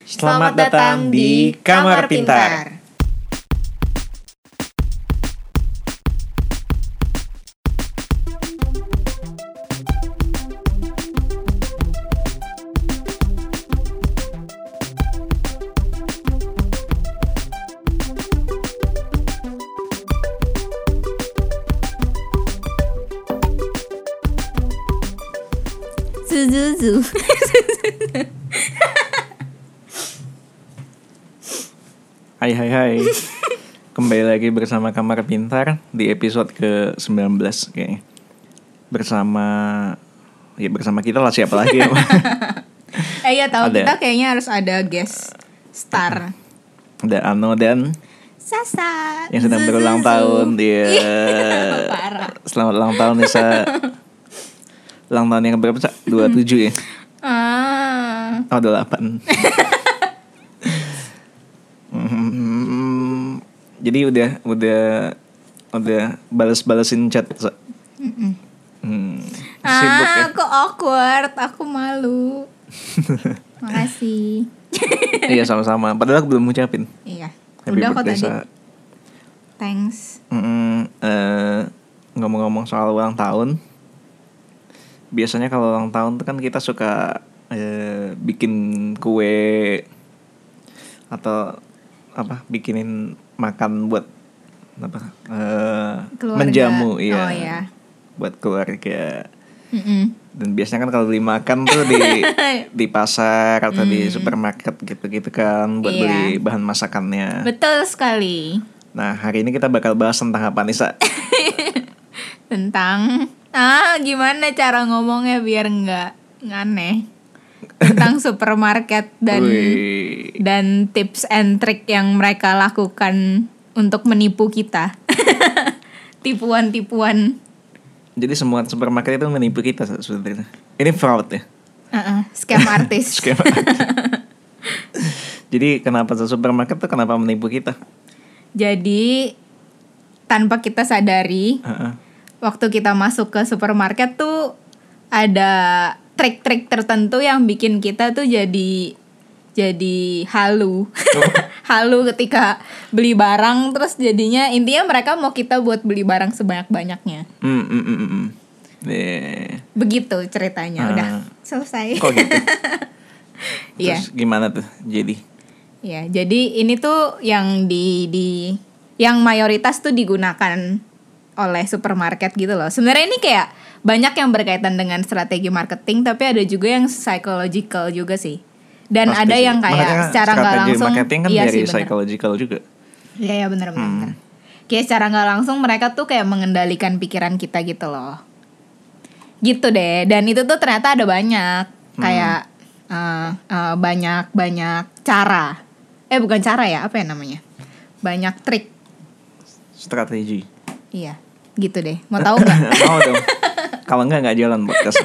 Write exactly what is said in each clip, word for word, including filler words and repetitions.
Selamat datang di Kamar Pintar. Zuzuzu. Hai hai hai. Kembali lagi bersama Kamar Pintar di episode ke sembilan belas kayaknya. Bersama ya bersama kita lah, siapa lagi ya? Eh ya tahu Ada. kita kayaknya harus ada guest star. Ada Ano dan Sasa yang sedang Zuzuzu. berulang tahun dia. Parah. Selamat ulang tahun Nisa. Ulang tahun yang berapa, Sa? dua puluh tujuh ya? Ah. Oh, dua puluh delapan. Hmm, jadi udah udah udah balas-balasin chat. Sa. Hmm, sibuk ya. Ah, kok awkward, aku malu. Makasih. Iya sama-sama. Padahal aku belum ngucapin. Iya. Happy Udah kok birthday, tadi. Sa. Thanks. Mm-mm, eh, ngomong-ngomong soal ulang tahun, biasanya kalau ulang tahun tuh kan kita suka eh, bikin kue atau apa, bikinin makan buat apa eh, Keluarga. menjamu, iya, Oh ya. buat keluarga. Mm-mm. Dan biasanya kan kalau beli makan tuh di di pasar atau di supermarket gitu-gitu kan buat Iya. beli bahan masakannya. Betul sekali. Nah hari ini kita bakal bahas tentang apa nih, Sa? Tentang ah gimana cara ngomongnya biar nggak aneh. Tentang supermarket dan Wih. dan tips and trick yang mereka lakukan untuk menipu kita. Tipuan-tipuan. Jadi semua supermarket itu menipu kita sebenarnya. Ini fraud ya. Uh-uh, scam artis. Skema. Jadi kenapa supermarket tuh kenapa menipu kita? Jadi tanpa kita sadari, Uh-uh. waktu kita masuk ke supermarket tuh ada trik-trik tertentu yang bikin kita tuh jadi jadi halu. Halu ketika beli barang, terus jadinya intinya mereka mau kita buat beli barang sebanyak-banyaknya. Mm, mm, mm, mm. Yeah. Begitu ceritanya. Ah. Udah selesai. Kok gitu? Iya. Terus gimana tuh? Jadi Ya, jadi ini tuh yang di di yang mayoritas tuh digunakan oleh supermarket gitu loh. Sebenarnya ini kayak banyak yang berkaitan dengan strategi marketing, tapi ada juga yang psychological juga sih. Dan pasti ada sih. yang kayak Makanya secara nggak strategi langsung, marketing kan iya dari sih benar. psychological juga. Iya ya benar-benar. Hmm. benar. Kayak secara nggak langsung mereka tuh kayak mengendalikan pikiran kita gitu loh. Gitu deh. Dan itu tuh ternyata ada banyak kayak uh, uh, banyak banyak cara. Eh bukan cara ya, apa ya namanya? Banyak trik. Strategi. Iya, gitu deh. Mau tahu nggak? Mau dong. Kalau enggak enggak jalan podcast.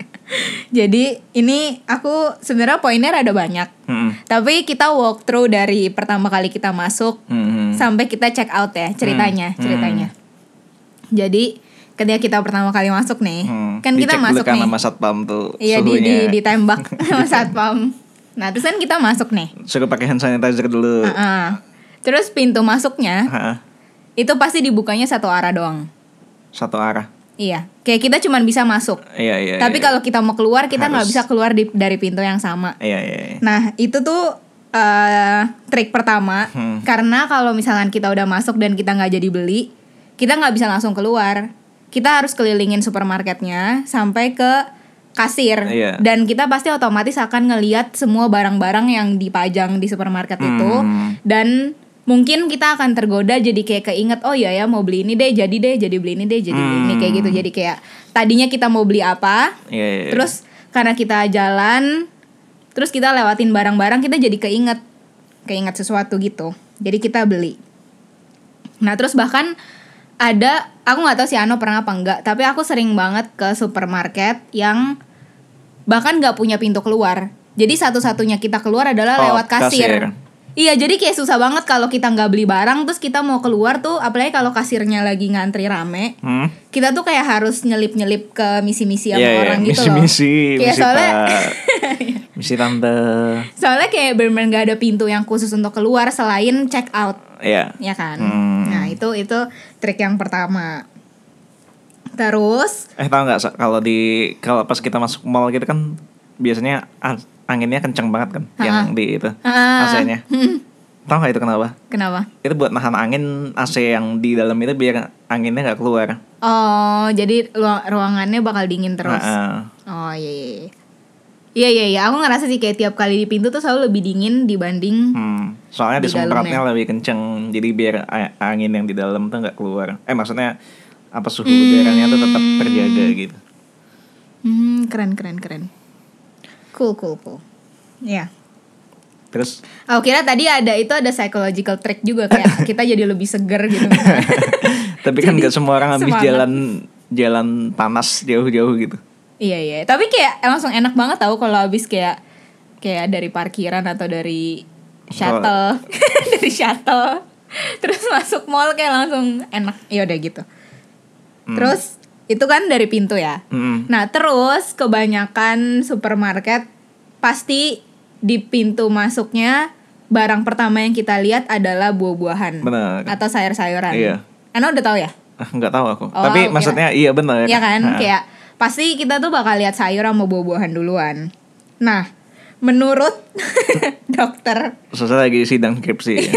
Jadi ini aku sebenarnya poinnya ada banyak. Mm-mm. Tapi kita walk through dari pertama kali kita masuk Mm-mm. sampai kita check out ya ceritanya, Hmm. ceritanya. Jadi ketika kita pertama kali masuk nih, Hmm. kan kita Dicek dulu masuk kan nih. sama satpam tuh Iya di, di suhunya. ditembak sama satpam. Nah terus kan kita masuk nih. Suruh pakai hand sanitizer dulu. Uh-uh. Terus pintu masuknya Ha-ha. itu pasti dibukanya satu arah doang. Satu arah. Iya, kayak kita cuma bisa masuk. Iya iya. Tapi iya. kalau kita mau keluar kita nggak Harus. bisa keluar di, dari pintu yang sama. Iya iya. iya. Nah itu tuh uh, trik pertama. Hmm. Karena kalau misalkan kita udah masuk dan kita nggak jadi beli, kita nggak bisa langsung keluar. Kita harus kelilingin supermarketnya sampai ke kasir. Iya. Dan kita pasti otomatis akan ngelihat semua barang-barang yang dipajang di supermarket itu. Hmm. Dan mungkin kita akan tergoda jadi kayak keinget, oh iya ya mau beli ini deh, jadi deh, jadi beli ini deh, jadi beli ini, kayak gitu. Jadi kayak tadinya kita mau beli apa, Iya iya. terus karena kita jalan, terus kita lewatin barang-barang, kita jadi keinget, keinget sesuatu gitu. Jadi kita beli. Nah terus bahkan ada, aku nggak tahu si Ano pernah apa enggak, tapi aku sering banget ke supermarket yang bahkan nggak punya pintu keluar. Jadi satu-satunya kita keluar adalah Oh, lewat kasir. kasir. Iya, jadi kayak susah banget kalau kita nggak beli barang terus kita mau keluar tuh, apalagi kalau kasirnya lagi ngantri rame. Hmm? Kita tuh kayak harus nyelip-nyelip ke misi-misi sama Iya, iya. orang gitu loh. Misi-misi, Kayak misi soalnya Pak Misi tante. Soalnya kayak bener-bener gak ada pintu yang khusus untuk keluar selain check out. Iya. Ya kan. Hmm. Nah itu itu trik yang pertama. Terus Eh tahu nggak Sa, kalau di kalau pas kita masuk mall gitu kan biasanya an- anginnya kenceng banget kan, Ha-ha. yang di itu Ah. A C-nya. Tahu nggak itu kenapa? kenapa? Itu buat nahan angin A C yang di dalam itu biar anginnya nggak keluar. Oh jadi lu- ruangannya bakal dingin terus. Nah, Oh iya iya iya. Iya iya iya, aku ngerasa sih kayak tiap kali di pintu tuh selalu lebih dingin dibanding hmm, soalnya Di disemprotnya dalamnya. lebih kenceng, jadi biar a- angin yang di dalam tuh nggak keluar. Eh maksudnya apa suhu Hmm. udaranya tuh tetap terjaga gitu. Hmm, keren keren keren. Cool cool cool. Iya. Terus Aku kira tadi ada itu ada psychological trick juga kayak kita jadi lebih seger gitu. tapi kan Jadi, nggak semua orang habis semangat. jalan jalan panas jauh-jauh gitu. Iya iya. Tapi kayak langsung enak banget tahu kalau habis kayak kayak dari parkiran atau dari shuttle, dari shuttle, terus masuk mall kayak langsung enak. Ya udah gitu. Hmm. Terus itu kan dari pintu ya. Mm-mm. Nah terus kebanyakan supermarket pasti di pintu masuknya barang pertama yang kita lihat adalah buah-buahan Benar. atau sayur-sayuran. Iya. Anda udah tahu ya? Ah, nggak tahu aku. Oh, Tapi kira- maksudnya iya benar. Iya kan? Ha. Kayak pasti kita tuh bakal lihat sayur sama buah-buahan duluan. Nah, menurut dokter, Susah lagi sidang skripsi. ya.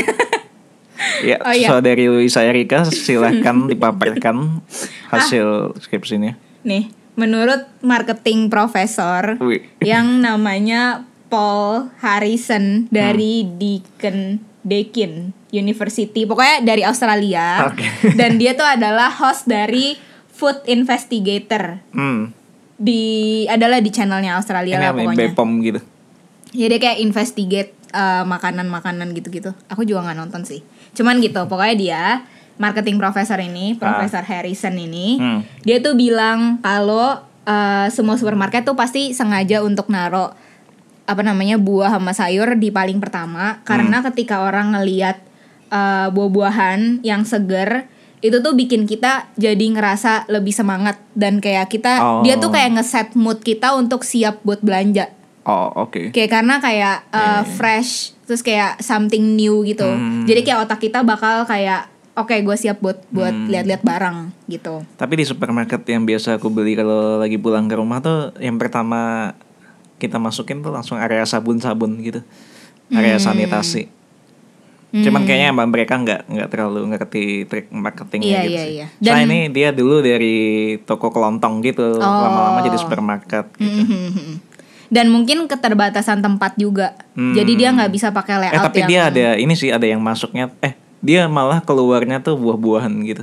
Ya, Oh, iya. saudari Luisa Erika silahkan dipaparkan hasil skripsinya. nih, menurut marketing profesor Wih. yang namanya Paul Harrison dari Deakin Deakin University, pokoknya dari Australia. Oke. Dan dia tuh adalah host dari Food Investigator Hmm. di adalah di channelnya Australia Ini lah apa pokoknya. B P O M gitu. Ya dia kayak investigate uh, makanan-makanan gitu-gitu. Aku juga nggak nonton sih. Cuman gitu, pokoknya dia marketing profesor ini, Profesor Harrison ini, Hmm. dia tuh bilang kalau uh, semua supermarket tuh pasti sengaja untuk naro apa namanya buah sama sayur di paling pertama karena ketika orang ngelihat uh, buah-buahan yang seger itu tuh bikin kita jadi ngerasa lebih semangat dan kayak kita Oh. dia tuh kayak ngeset mood kita untuk siap buat belanja. Oh, oke. Kayak karena kayak uh, fresh terus kayak something new gitu. Hmm. Jadi kayak otak kita bakal kayak oke gue siap buat buat Hmm. lihat-lihat barang gitu. Tapi di supermarket yang biasa aku beli kalau lagi pulang ke rumah tuh yang pertama kita masukin tuh langsung area sabun-sabun gitu. Area Hmm. sanitasi. Cuman kayaknya emang mereka nggak nggak terlalu ngerti trik marketingnya Iya, gitu iya, sih. iya. Soalnya Dan- ini dia dulu dari toko kelontong gitu, Oh. lama-lama jadi supermarket gitu. Mhm. Dan mungkin keterbatasan tempat juga. Hmm. Jadi dia nggak bisa pakai layout Eh tapi yang dia ada ini sih, ada yang masuknya eh dia malah keluarnya tuh buah-buahan gitu.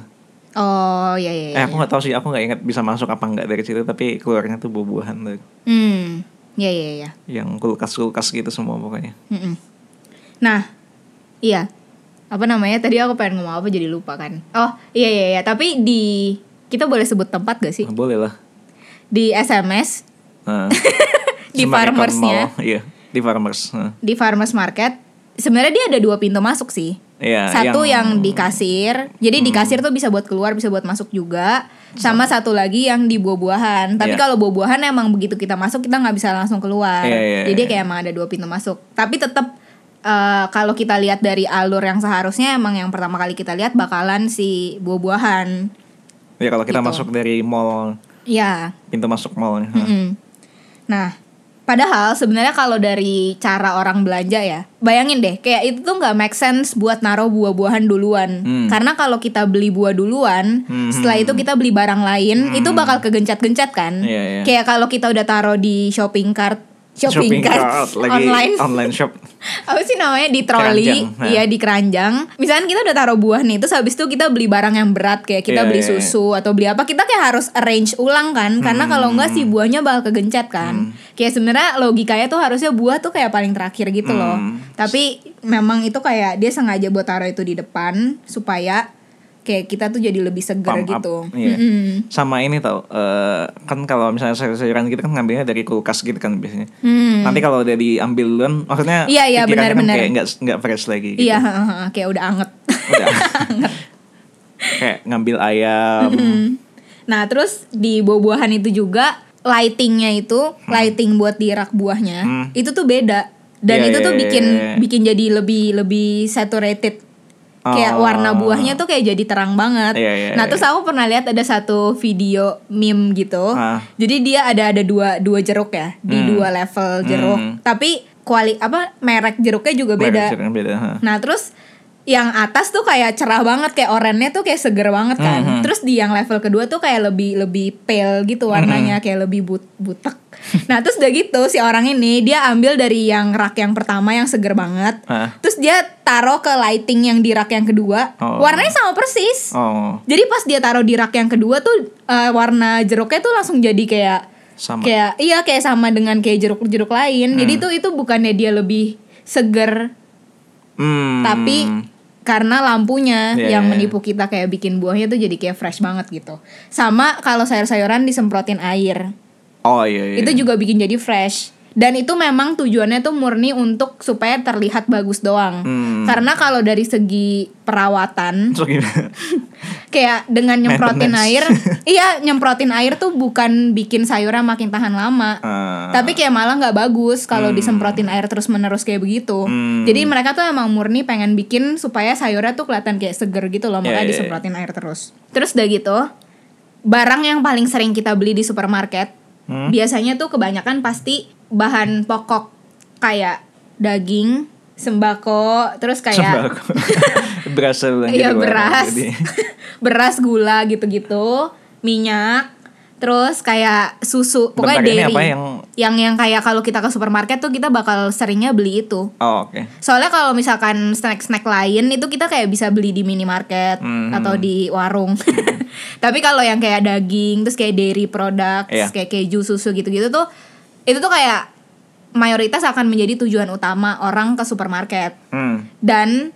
Oh iya iya. Eh aku nggak tahu sih, aku nggak ingat bisa masuk apa nggak dari situ, tapi keluarnya tuh buah-buahan tuh. Hmm. Iya iya iya. Yang kulkas-kulkas gitu semua pokoknya. Mm-mm. Nah, iya. Apa namanya? Tadi aku pengen ngomong apa jadi lupa kan. Oh, iya iya iya, tapi di kita boleh sebut tempat gak sih? Nah, boleh lah. Di S M S, Nah, di Semarang farmersnya, Mall, iya, di farmers. Nah, di farmers market. Sebenarnya dia ada dua pintu masuk sih. iya, Satu yang, yang- di kasir. Jadi di kasir tuh bisa buat keluar, bisa buat masuk juga. Sama satu lagi yang di buah-buahan. Tapi Iya. kalau buah-buahan emang begitu kita masuk kita nggak bisa langsung keluar. Iya, iya, Jadi iya. kayak emang ada dua pintu masuk. Tapi tetap eh, kalau kita lihat dari alur yang seharusnya emang yang pertama kali kita lihat bakalan si buah-buahan. Ya kalau kita Gitu. masuk dari mall, Iya. pintu masuk mallnya. Nah, Mm-mm. Nah, padahal sebenarnya kalau dari cara orang belanja ya, bayangin deh, kayak itu tuh nggak make sense buat naruh buah-buahan duluan. Hmm. Karena kalau kita beli buah duluan, Hmm. setelah itu kita beli barang lain, itu bakal kegencet-gencet kan. Iya, iya. Kayak kalau kita udah taruh di shopping cart, shopping, cart, lagi online. online shop. Apa sih namanya, di troli, Keranjang, nah. iya di keranjang. Misalnya kita udah taruh buah nih, terus habis itu kita beli barang yang berat kayak kita Iya, beli iya, iya. susu atau beli apa, kita kayak harus arrange ulang kan, karena kalau enggak si buahnya bakal kegencet kan. Kayak sebenarnya logikanya tuh harusnya buah tuh kayak paling terakhir gitu loh. Hmm. Tapi memang itu kayak dia sengaja buat taruh itu di depan supaya kayak kita tuh jadi lebih seger Pump up, gitu. iya. Mm-mm. Sama ini tau, eh, kan kalau misalnya sayur-sayuran gitu kan ngambilnya dari kulkas gitu kan biasanya. Hmm. Nanti kalau udah diambil duluan, maksudnya Iya, iya, pikirannya kan benar-benar. kayak nggak nggak fresh lagi. Gitu. Iya, heeh, kayak udah anget. Udah. Kayak ngambil ayam. Nah terus di buah-buahan itu juga lightingnya itu, hmm. lighting buat di rak buahnya, hmm. itu tuh beda. Dan yeah, itu tuh yeah, bikin yeah, yeah. bikin jadi lebih lebih saturated. Kayak oh. warna buahnya tuh kayak jadi terang banget. Yeah, yeah, nah terus yeah. aku pernah lihat ada satu video meme gitu. Ah. Jadi dia ada ada dua dua jeruk ya di hmm. dua level jeruk. Hmm. Tapi kuali apa merek jeruknya juga beda. Merek beda. Huh. Nah terus yang atas tuh kayak cerah banget, kayak oranye tuh kayak seger banget kan. Mm-hmm. Terus di yang level kedua tuh kayak lebih lebih pale gitu warnanya, mm-hmm. kayak lebih but, butek. Nah terus udah gitu si orang ini dia ambil dari yang rak yang pertama yang seger banget. Huh? Terus dia taruh ke lighting yang di rak yang kedua. Oh. Warnanya sama persis. Oh. Jadi pas dia taruh di rak yang kedua tuh uh, warna jeruknya tuh langsung jadi kayak sama. Kayak iya kayak sama dengan kayak jeruk-jeruk lain. Hmm. Jadi tuh itu bukannya dia lebih seger. Hmm. Tapi karena lampunya yeah, yang yeah. menipu kita kayak bikin buahnya tuh jadi kayak fresh banget gitu. Sama kalau sayur-sayuran disemprotin air. Oh iya iya. Itu juga bikin jadi fresh. Dan itu memang tujuannya tuh murni untuk supaya terlihat bagus doang. Hmm. Karena kalau dari segi perawatan, so, kayak dengan nyemprotin air, iya nyemprotin air tuh bukan bikin sayurnya makin tahan lama, uh. tapi kayak malah nggak bagus kalau hmm. disemprotin air terus menerus kayak begitu. Hmm. Jadi mereka tuh emang murni pengen bikin supaya sayurnya tuh kelihatan kayak seger gitu loh, makanya yeah, disemprotin yeah. air terus. Terus udah gitu, barang yang paling sering kita beli di supermarket, hmm. biasanya tuh kebanyakan pasti bahan pokok kayak daging, sembako, terus kayak sembako. beras iya beras, beras gula gitu-gitu, minyak, terus kayak susu, pokoknya bentar, dairy. Apa yang yang yang kayak kalau kita ke supermarket tuh kita bakal seringnya beli itu. Oh oke. Okay. Soalnya kalau misalkan snack-snack lain itu kita kayak bisa beli di minimarket mm-hmm. atau di warung. Tapi kalau yang kayak daging, terus kayak dairy product, yeah. kayak keju, susu gitu-gitu tuh itu tuh kayak mayoritas akan menjadi tujuan utama orang ke supermarket. Hmm. Dan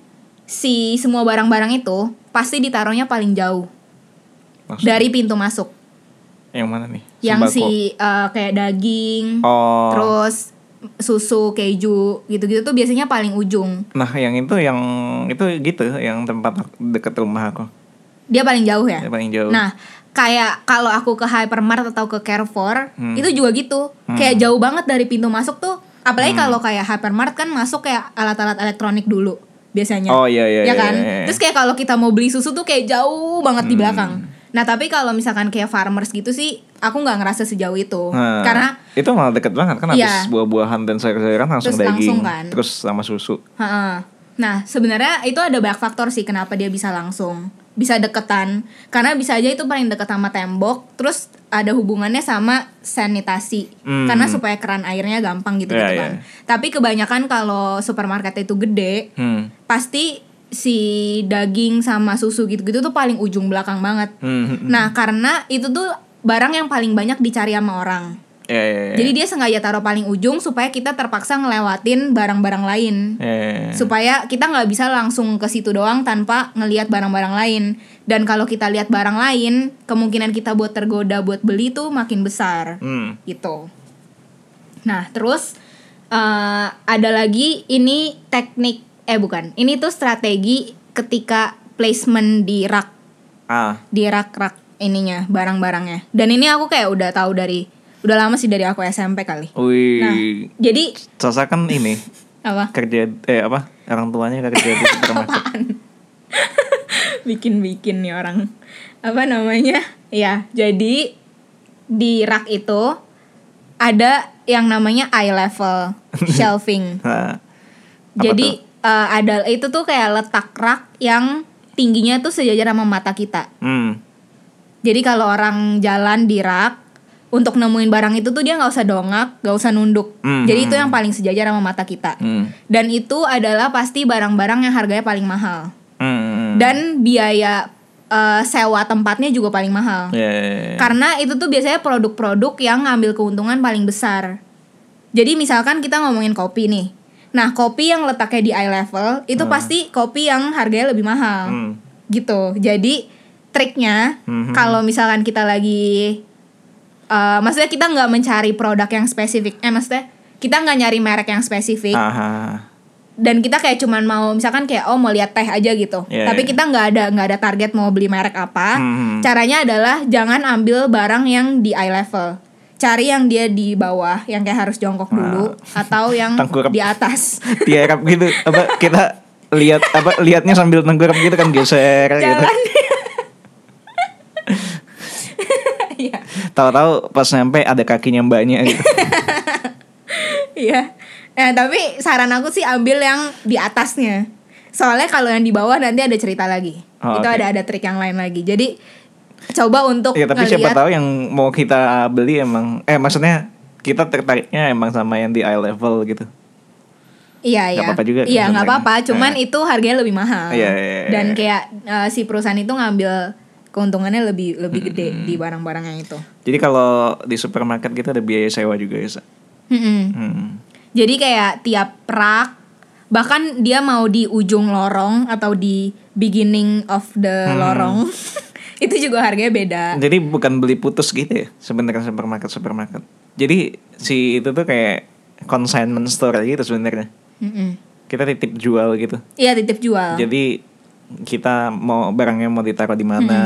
si semua barang-barang itu pasti ditaruhnya paling jauh. Maksudnya? Dari pintu masuk. Yang mana nih? Yang Sembako. si uh, kayak daging, oh. terus susu, keju, gitu-gitu tuh biasanya paling ujung. Nah, yang itu yang itu gitu, yang tempat dekat rumah aku. Dia paling jauh ya? Dia paling jauh. Nah, kayak kalau aku ke Hypermart atau ke Carrefour, hmm. itu juga gitu. Hmm. Kayak jauh banget dari pintu masuk tuh. Apalagi hmm. kalau kayak Hypermart kan masuk kayak alat-alat elektronik dulu biasanya. Oh iya iya. Ya kan? Iya, iya. Terus kayak kalau kita mau beli susu tuh kayak jauh banget hmm. di belakang. Nah, tapi kalau misalkan kayak farmers gitu sih, aku nggak ngerasa sejauh itu. Nah, karena itu malah deket banget kan, habis iya. buah-buahan dan sayur-sayuran langsung terus daging, langsung kan. Terus sama susu. Ha-ha. Nah, sebenarnya itu ada banyak faktor sih kenapa dia bisa langsung, bisa deketan. Karena bisa aja itu paling deket sama tembok, terus ada hubungannya sama sanitasi. Hmm. Karena supaya keran airnya gampang gitu, yeah, gitu kan. Yeah. Tapi kebanyakan kalau supermarket itu gede, hmm. pasti si daging sama susu gitu-gitu tuh paling ujung belakang banget. Hmm. Nah, karena itu tuh barang yang paling banyak dicari sama orang. Yeah, yeah, yeah. Jadi dia sengaja taruh paling ujung supaya kita terpaksa ngelewatin barang-barang lain. Yeah, yeah, yeah. Supaya kita nggak bisa langsung ke situ doang tanpa ngelihat barang-barang lain. Dan kalau kita lihat barang lain, kemungkinan kita buat tergoda buat beli tuh makin besar. Hmm. Gitu. Nah, terus uh, ada lagi ini teknik eh bukan. Ini tuh strategi ketika placement di rak. Ah. Di rak-rak ininya, barang-barangnya. Dan ini aku kayak udah tahu dari udah lama sih, dari aku S M P kali. Wih. Nah, jadi Sasa kan ini apa? Kerja eh apa? Orang tuanya kerja di supermarket. Bikin-bikin nih orang. Apa namanya? Ya, jadi di rak itu ada yang namanya eye level shelving. Jadi uh, ada itu tuh kayak letak rak yang tingginya tuh sejajar sama mata kita. Hmm. Jadi kalau orang jalan di rak untuk nemuin barang itu tuh dia nggak usah dongak, nggak usah nunduk. Mm. Jadi itu yang paling sejajar sama mata kita. Mm. Dan itu adalah pasti barang-barang yang harganya paling mahal. Mm. Dan biaya uh, sewa tempatnya juga paling mahal. Yeah, yeah, yeah. Karena itu tuh biasanya produk-produk yang ngambil keuntungan paling besar. Jadi misalkan kita ngomongin kopi nih. Nah, kopi yang letaknya di eye level itu mm. pasti kopi yang harganya lebih mahal. Mm. Gitu. Jadi triknya mm-hmm. kalau misalkan kita lagi Uh, maksudnya kita nggak mencari produk yang spesifik, eh maksudnya kita nggak nyari merek yang spesifik, Aha. dan kita kayak cuman mau misalkan kayak oh mau lihat teh aja gitu, yeah, tapi yeah. kita nggak ada nggak ada target mau beli merek apa. Mm-hmm. Caranya adalah jangan ambil barang yang di eye level, cari yang dia di bawah, yang kayak harus jongkok dulu, Nah. atau yang Tengkurap. di atas. Tiarap gitu apa kita lihat apa lihatnya sambil tengkurap gitu kan geser gitu. Jalan. Iya. Tahu-tahu pas nyampe ada kakinya mbaknya gitu. Iya. Nah, tapi saran aku sih ambil yang di atasnya. Soalnya kalau yang di bawah nanti ada cerita lagi. Oh, Itu oke. ada ada trik yang lain lagi. Jadi coba untuk Ya tapi siapa ngeliat. tahu yang mau kita beli emang eh maksudnya kita tertariknya emang sama yang di eye level gitu. Iya, iya. Nggak apa-apa juga kan Iya, nggak sebenarnya. apa-apa. Cuman Nah. itu harganya lebih mahal. Iya, iya, iya. Dan kayak eh, si perusahaan itu ngambil keuntungannya lebih lebih gede di barang-barangnya itu. Jadi kalau di supermarket kita ada biaya sewa juga ya. Sa? Mm-mm. Hmm. Jadi kayak tiap rak, bahkan dia mau di ujung lorong atau di beginning of the Hmm. lorong, itu juga harganya beda. Jadi bukan beli putus gitu ya sebenarnya supermarket supermarket. Jadi si itu tuh kayak consignment store gitu sebenarnya. Mm-mm. Kita titip jual gitu. Iya, titip jual. Jadi kita mau barangnya mau ditaruh di mana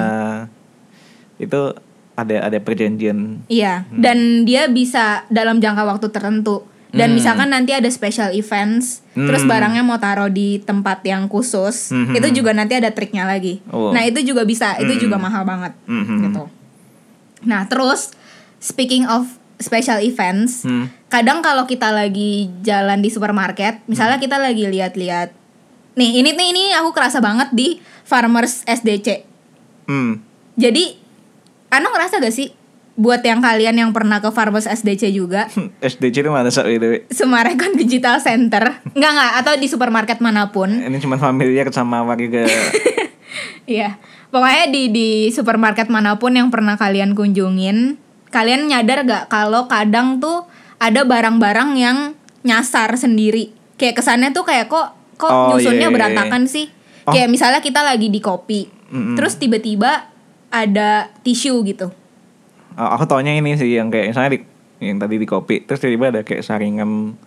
itu ada ada perjanjian. Iya, dan dia bisa dalam jangka waktu tertentu. Dan Hmm. misalkan nanti ada special events, terus Hmm. barangnya mau taruh di tempat yang khusus, Hmm. itu juga nanti ada triknya lagi. Oh. Nah, itu juga bisa, itu Hmm. juga mahal banget Hmm. gitu. Nah, terus speaking of special events, Hmm. kadang kalau kita lagi jalan di supermarket, misalnya kita lagi lihat-lihat, nih ini nih ini aku kerasa banget di Farmers S D C. Hmm. Jadi, Ano ngerasa gak sih buat yang kalian yang pernah ke Farmers S D C juga, S D C itu mana sih itu? Semarekon Digital Center, enggak enggak atau di supermarket manapun, Ini cuma familiar sama warga. iya, pokoknya di di supermarket manapun yang pernah kalian kunjungin, kalian nyadar gak kalau kadang tuh ada barang-barang yang nyasar sendiri, kayak kesannya tuh kayak kok kok Oh, nyusunnya iya, iya, berantakan iya. sih, Oh. kayak misalnya kita lagi di kopi, Mm-mm. terus tiba-tiba ada tisu gitu. Oh, aku taunya ini sih yang kayak misalnya di, yang tadi di kopi terus tiba-tiba ada kayak saringan.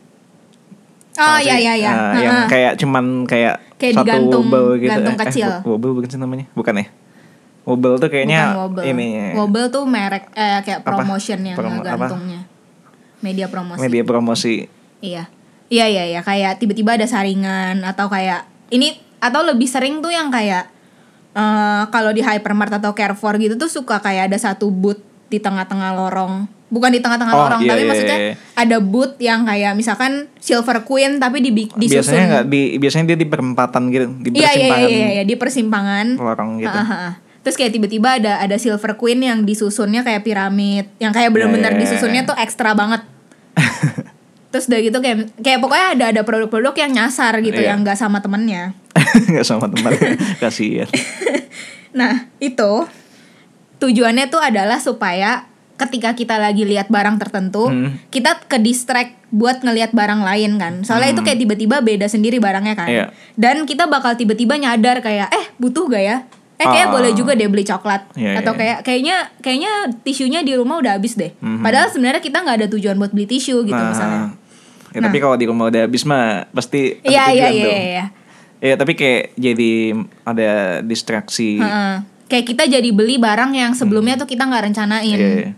Oh apa iya sih? iya iya. Ah, yang Heeh. kayak cuman kayak, Kayak satu digantung- wobble gitu. gantung Eh, kecil. Eh, wobble bukan sih namanya? Bukan ya? Wobble tuh kayaknya Bukan Wobble. ini Wobble tuh merek eh kayak Apa? promotion yang Promo- apa? ngegantungnya. Media promosi. media promosi. Iya. Iya iya iya kayak tiba-tiba ada saringan atau kayak ini atau lebih sering tuh yang kayak eh kalau di Hypermart atau Carrefour gitu tuh suka kayak ada satu booth di tengah-tengah lorong. Bukan di tengah-tengah Oh, lorong, iya, tapi iya, maksudnya iya. ada booth yang kayak misalkan Silver Queen tapi di disusun. Biasanya nggak di biasanya dia di perempatan gitu, di Iya iya persimpangan iya iya di persimpangan. lorong gitu. Ah, ah, ah. Terus kayak tiba-tiba ada ada Silver Queen yang disusunnya kayak piramid, yang kayak benar-benar Ya, ya, ya, disusunnya ya. tuh ekstra banget. Terus udah gitu kayak kayak pokoknya ada ada produk-produk yang nyasar gitu, Iya. yang nggak sama temennya. Nggak sama teman. Kasihan. Nah itu tujuannya tuh adalah supaya ketika kita lagi lihat barang tertentu, Hmm. kita ke distract buat ngelihat barang lain kan. Soalnya Hmm. itu kayak tiba-tiba beda sendiri barangnya kan. Iya. Dan kita bakal tiba-tiba nyadar kayak eh butuh gak ya? Eh kayak Ah. boleh juga deh beli coklat. Iya, Atau iya. kayak kayaknya kayaknya tisunya di rumah udah habis deh. Mhm. Padahal sebenarnya kita nggak ada tujuan buat beli tisu gitu Nah, misalnya. ya, tapi Nah. kalau di rumah udah habis mah pasti ada Iya iya tujuan iya dong. iya. Ya tapi kayak jadi ada distraksi. Heeh. Kayak kita jadi beli barang yang sebelumnya tuh kita nggak rencanain. Iya, iya.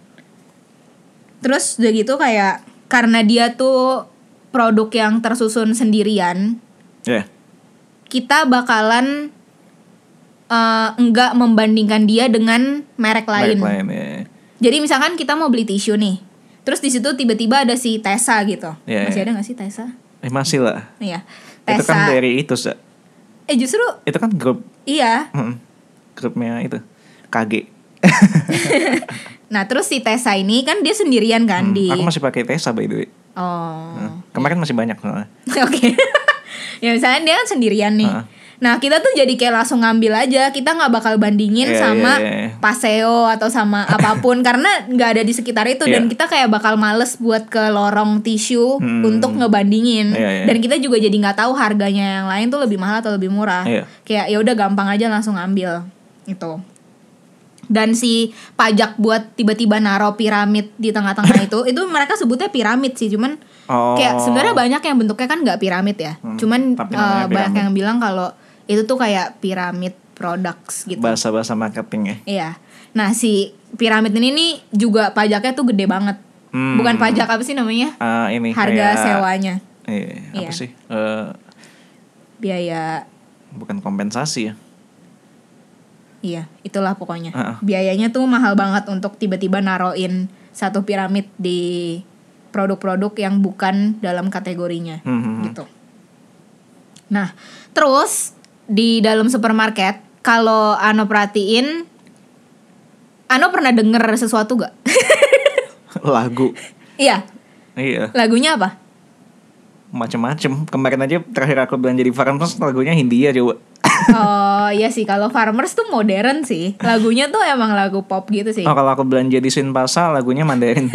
Terus udah gitu kayak karena dia tuh produk yang tersusun sendirian, Ya. kita bakalan eh, enggak membandingkan dia dengan merek lain. Merek lain ya. Jadi misalkan kita mau beli tisu nih, terus di situ tiba-tiba ada si Tessa gitu. Iya, Masih iya. ada nggak sih Tessa? Eh masih lah. Iya. Itu Tessa. kan dari itu, Sa. Eh justru Itu kan grup iya. mm, grupnya itu K G. Nah terus si Tessa ini kan dia sendirian kan Hmm, di. Aku masih pakai Tessa by the way. Oh. Nah, kemarin masih banyak soalnya. Oke. Ya misalnya dia kan sendirian nih. Heeh. Nah kita tuh jadi kayak langsung ngambil aja. Kita nggak bakal bandingin Iya, sama iya, iya. Paseo atau sama apapun karena nggak ada di sekitar itu. Dan Iya. kita kayak bakal males buat ke lorong tisu Hmm. untuk ngebandingin. Iya, iya. Dan kita juga jadi nggak tahu harganya yang lain tuh lebih mahal atau lebih murah. Iya. Kayak ya udah gampang aja langsung ambil gitu. Dan si pajak buat tiba-tiba naro piramid di tengah-tengah itu, itu mereka sebutnya piramid sih, cuman Oh. kayak sebenarnya banyak yang bentuknya kan nggak piramid ya, Hmm, cuman tapi eh, namanya banyak piramid. yang bilang kalau itu tuh kayak piramid products gitu. Bahasa-bahasa marketing ya. Iya. Nah, si piramid ini nih juga pajaknya tuh gede banget. Hmm. Bukan pajak apa sih namanya? Uh, ini harga kayak, sewanya. Iya, apa Iya. sih? Uh, Biaya. Bukan kompensasi ya. Iya, itulah pokoknya. Uh-uh. Biayanya tuh mahal banget untuk tiba-tiba naroin satu piramid di produk-produk yang bukan dalam kategorinya, hmm. gitu. Nah, terus di dalam supermarket, kalau Ano perhatiin, Ano pernah denger sesuatu gak? Lagu. Iya. Iya. Lagunya apa? Macem-macem. Kemarin aja terakhir aku belanja di Farmers lagunya Hindia coba. Oh iya sih, kalau Farmers tuh modern sih. Lagunya tuh emang lagu pop gitu sih. Oh, kalau aku belanja di Sinpasa lagunya Mandarin.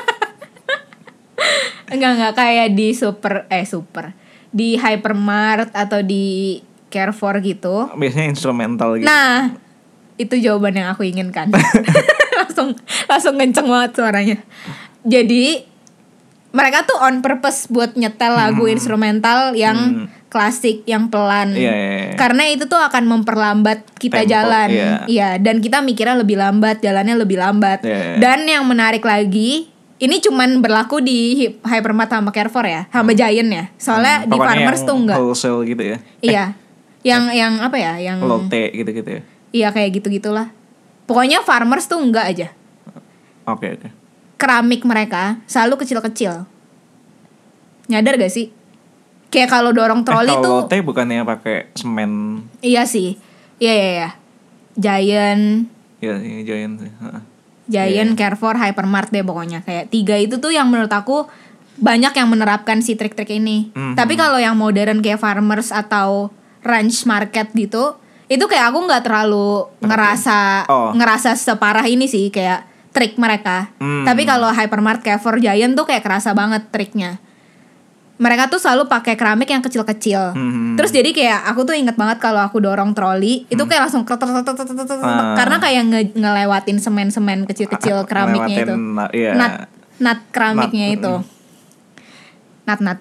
Enggak enggak kayak di super eh super di Hypermart atau di Carrefour gitu. Biasanya instrumental gitu. Nah, itu jawaban yang aku inginkan. langsung langsung kenceng banget suaranya. Jadi mereka tuh on purpose buat nyetel lagu hmm. instrumental yang hmm. klasik, yang pelan. Yeah, yeah, yeah. Karena itu tuh akan memperlambat kita Tempo, jalan. Iya, yeah. Dan kita mikirnya lebih lambat, jalannya lebih lambat. Yeah, yeah. Dan yang menarik lagi, ini cuman berlaku di Hypermart sama Carrefour ya, sama Giant ya. Soalnya hmm, di Farmers tuh enggak. Wholesale gitu ya. Iya. Eh. Yang yang apa ya? Yang Lotte gitu-gitu ya. Iya kayak gitu-gitulah. Pokoknya Farmers tuh enggak aja. Oke, okay, oke. Okay. Keramik mereka selalu kecil-kecil. Nyadar gak sih? Kayak kalau dorong troli eh, tuh. Kalau Lotte bukannya pakai semen? Iya sih. Iya iya iya. Giant. Iya, ini Giant sih. Heeh. Giant, yeah. Carrefour, Hypermart deh pokoknya. Kayak tiga itu tuh yang menurut aku banyak yang menerapkan si trik-trik ini. Mm-hmm. Tapi kalau yang modern kayak Farmers atau Ranch Market gitu, itu kayak aku nggak terlalu okay. ngerasa oh. ngerasa separah ini sih kayak trik mereka. Mm. Tapi kalau Hypermart, Carrefour, Giant tuh kayak kerasa banget triknya. Mereka tuh selalu pakai keramik yang kecil-kecil. Mm-hmm. Terus jadi kayak aku tuh inget banget kalau aku dorong troli, itu kayak langsung uh. karena kayak nge- ngelewatin semen-semen kecil-kecil keramiknya itu. Yeah. Nat nat keramiknya nut. Itu. Nat-nat.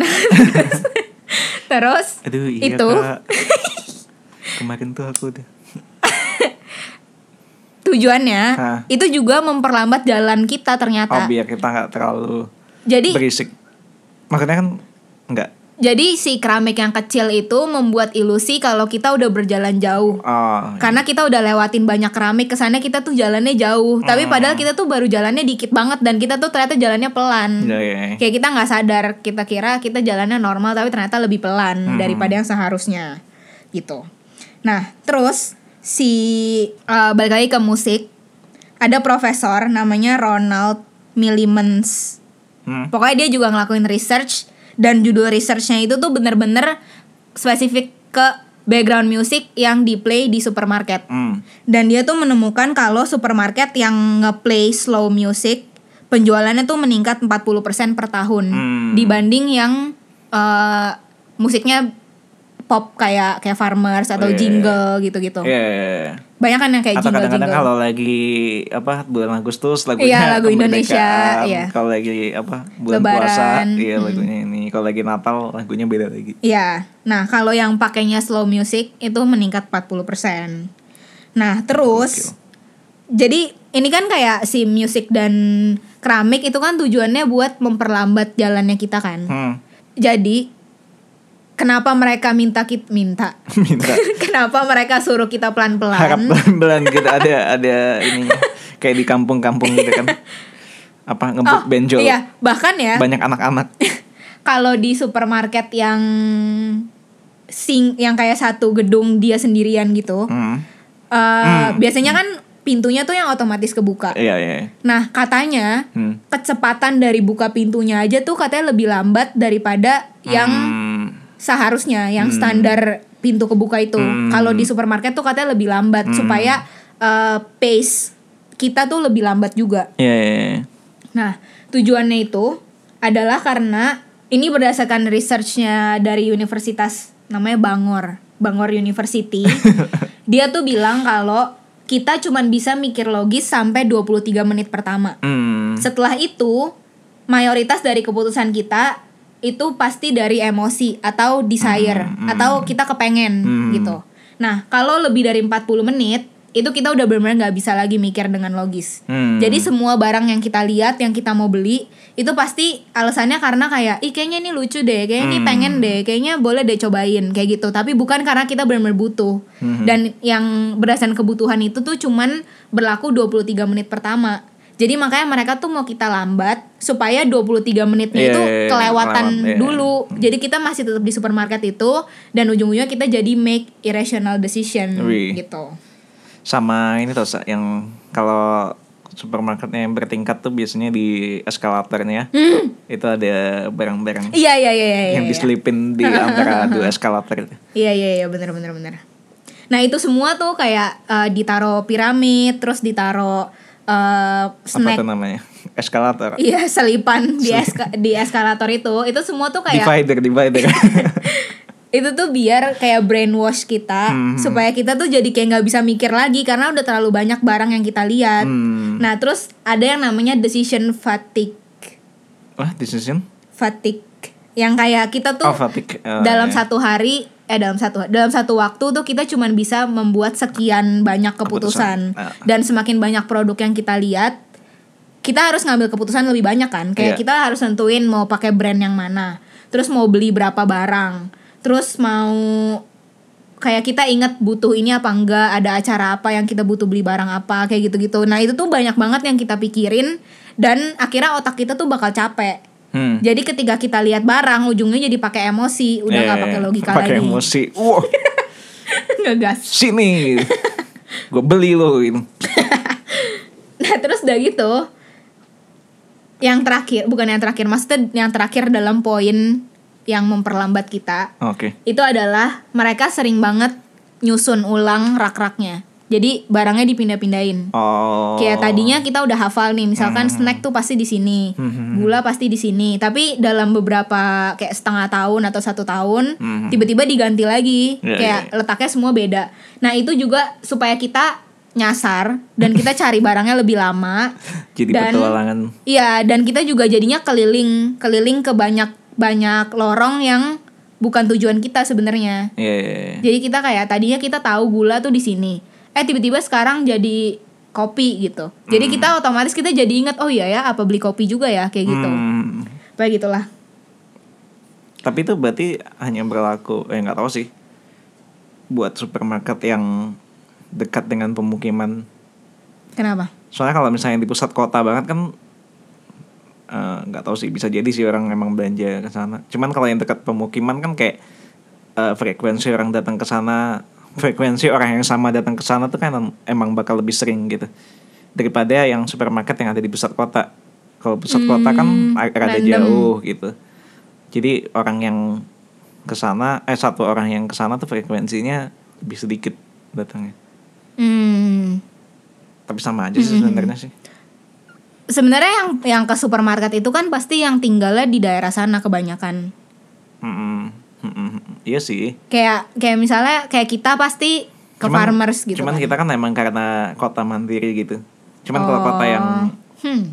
Terus aduh, iya, itu Kak. Kemarin tuh aku udah tujuannya Hah? itu juga memperlambat jalan kita ternyata. Oh, biar kita nggak terlalu jadi berisik. Makanya kan enggak. Jadi si keramik yang kecil itu membuat ilusi kalau kita udah berjalan jauh. Oh, karena kita udah lewatin banyak keramik, kesannya kita tuh jalannya jauh. Hmm. Tapi padahal kita tuh baru jalannya dikit banget dan kita tuh ternyata jalannya pelan. Yeah, yeah. Kayak kita nggak sadar, kita kira kita jalannya normal tapi ternyata lebih pelan hmm. daripada yang seharusnya. Gitu. Nah, terus si uh, balik lagi ke musik, ada profesor namanya Ronald Millimans. Hmm. Pokoknya dia juga ngelakuin research dan judul researchnya itu tuh bener-bener spesifik ke background music yang di play di supermarket. Hmm. Dan dia tuh menemukan kalau supermarket yang nge-play slow music penjualannya tuh meningkat empat puluh persen per tahun hmm. dibanding yang uh, musiknya pop kayak kayak Farmers atau oh, yeah. jingle gitu-gitu. Iya. Yeah, yeah. Banyak kan yang kayak atau jingle-jingle. Kadang-kadang kalau lagi apa bulan Agustus lagunya iya, lagu Indonesia, iya. Kalau lagi apa bulan Lebaran, puasa, iya hmm. lagunya ini. Kalau lagi Natal lagunya beda lagi. Iya. Nah, kalau yang pakainya slow music itu meningkat empat puluh persen. Nah, terus okay. jadi ini kan kayak si musik dan keramik itu kan tujuannya buat memperlambat jalannya kita kan. Hmm. Jadi kenapa mereka minta kita minta? minta. Kenapa mereka suruh kita pelan-pelan? Harap pelan-pelan gitu ada ada ini kayak di kampung-kampung gitu kan. Apa ngebut oh, benjol. Iya, bahkan ya. Banyak anak-anak. Kalau di supermarket yang sing yang kayak satu gedung dia sendirian gitu. Hmm. Uh, hmm. Biasanya kan pintunya tuh yang otomatis kebuka. Iya, iya. Nah, katanya hmm. kecepatan dari buka pintunya aja tuh katanya lebih lambat daripada yang hmm. seharusnya yang hmm. standar pintu kebuka itu. Hmm. Kalau di supermarket tuh katanya lebih lambat hmm. supaya uh, pace kita tuh lebih lambat juga. Iya, yeah, yeah, yeah. Nah, tujuannya itu adalah karena ini berdasarkan researchnya dari universitas namanya Bangor, Bangor University. Dia tuh bilang kalau kita cuman bisa mikir logis sampai dua puluh tiga menit pertama. Hmm. Setelah itu, mayoritas dari keputusan kita itu pasti dari emosi atau desire hmm, hmm. atau kita kepengen hmm. gitu. Nah, kalau lebih dari empat puluh menit itu kita udah benar-benar nggak bisa lagi mikir dengan logis. Hmm. Jadi semua barang yang kita lihat, yang kita mau beli, itu pasti alasannya karena kayak, ih kayaknya ini lucu deh, kayaknya hmm. ini pengen deh, kayaknya boleh deh cobain, kayak gitu. Tapi bukan karena kita benar-benar butuh. Hmm. Dan yang berdasarkan kebutuhan itu tuh cuman berlaku dua puluh tiga menit pertama. Jadi makanya mereka tuh mau kita lambat supaya dua puluh tiga menitnya yeah, itu kelewatan yeah, dulu. Yeah. Jadi kita masih tetap di supermarket itu dan ujung-ujungnya kita jadi make irrational decision Wih. gitu. Sama ini tuh yang kalau supermarketnya yang bertingkat tuh biasanya di eskalatornya hmm. itu ada barang-barang iya iya iya, iya yang iya. diselipin di antara dua eskalator itu. Iya iya iya benar benar benar. Nah itu semua tuh kayak uh, ditaro piramid, terus ditaro uh, snack. Apa tuh namanya? Eskalator. Iya selipan di eska- di eskalator itu itu semua tuh kayak divider divider. Itu tuh biar kayak brainwash kita hmm. supaya kita tuh jadi kayak nggak bisa mikir lagi karena udah terlalu banyak barang yang kita lihat. Hmm. Nah terus ada yang namanya decision fatigue. Wah decision? Fatigue. Yang kayak kita tuh oh, fatigue. Oh, dalam iya. satu hari eh dalam satu dalam satu waktu tuh kita cuma bisa membuat sekian banyak keputusan. keputusan. Uh. Dan semakin banyak produk yang kita lihat, kita harus ngambil keputusan lebih banyak kan. Kayak yeah. kita harus nentuin mau pakai brand yang mana, terus mau beli berapa barang. Terus mau kayak kita ingat butuh ini apa enggak, ada acara apa yang kita butuh beli barang apa, kayak gitu-gitu. Nah itu tuh banyak banget yang kita pikirin dan akhirnya otak kita tuh bakal capek. Hmm. Jadi ketika kita lihat barang ujungnya jadi pakai emosi, udah nggak eh, pakai logika pake lagi. Pakai emosi, wow, ngegas. Sini, gue beli lo gitu. Nah terus udah gitu, yang terakhir bukan yang terakhir, maksudnya yang terakhir dalam poin yang memperlambat kita okay. itu adalah mereka sering banget nyusun ulang rak-raknya. Jadi barangnya dipindah-pindahin. Oh. Kayak tadinya kita udah hafal nih, misalkan hmm. snack tuh pasti di sini, hmm. gula pasti di sini. Tapi dalam beberapa kayak setengah tahun atau satu tahun, hmm. tiba-tiba diganti lagi, yeah, kayak yeah. letaknya semua beda. Nah itu juga supaya kita nyasar dan kita cari barangnya lebih lama. Jadi dan, petualangan. Iya, dan kita juga jadinya keliling, keliling ke banyak banyak lorong yang bukan tujuan kita sebenarnya. Yeah, yeah, yeah. Jadi kita kayak tadinya kita tahu gula tuh di sini. Eh tiba-tiba sekarang jadi kopi gitu. Jadi mm. kita otomatis kita jadi ingat oh iya ya apa beli kopi juga ya kayak gitu. Mm. Kayak gitulah. Tapi itu berarti hanya berlaku eh nggak tahu sih. Buat supermarket yang dekat dengan pemukiman. Kenapa? Soalnya kalau misalnya di pusat kota banget kan nggak uh, tahu sih, bisa jadi sih orang emang belanja ke sana. Cuman kalau yang dekat pemukiman kan kayak uh, frekuensi orang datang ke sana, frekuensi orang yang sama datang ke sana tuh kan emang bakal lebih sering gitu daripada yang supermarket yang ada di pusat kota. Kalau pusat hmm, kota kan agak jauh gitu. Jadi orang yang ke sana eh satu orang yang ke sana tuh frekuensinya lebih sedikit datangnya. Hmm. Tapi sama aja sih sebenarnya sih. Sebenarnya yang yang ke supermarket itu kan pasti yang tinggalnya di daerah sana kebanyakan. Hmm, hmm, hmm, iya sih. Kayak kayak misalnya kayak kita pasti ke cuman, farmers gitu. Cuman kan. Kita kan emang karena kota mandiri gitu. Cuman oh, kalau kota yang hmm.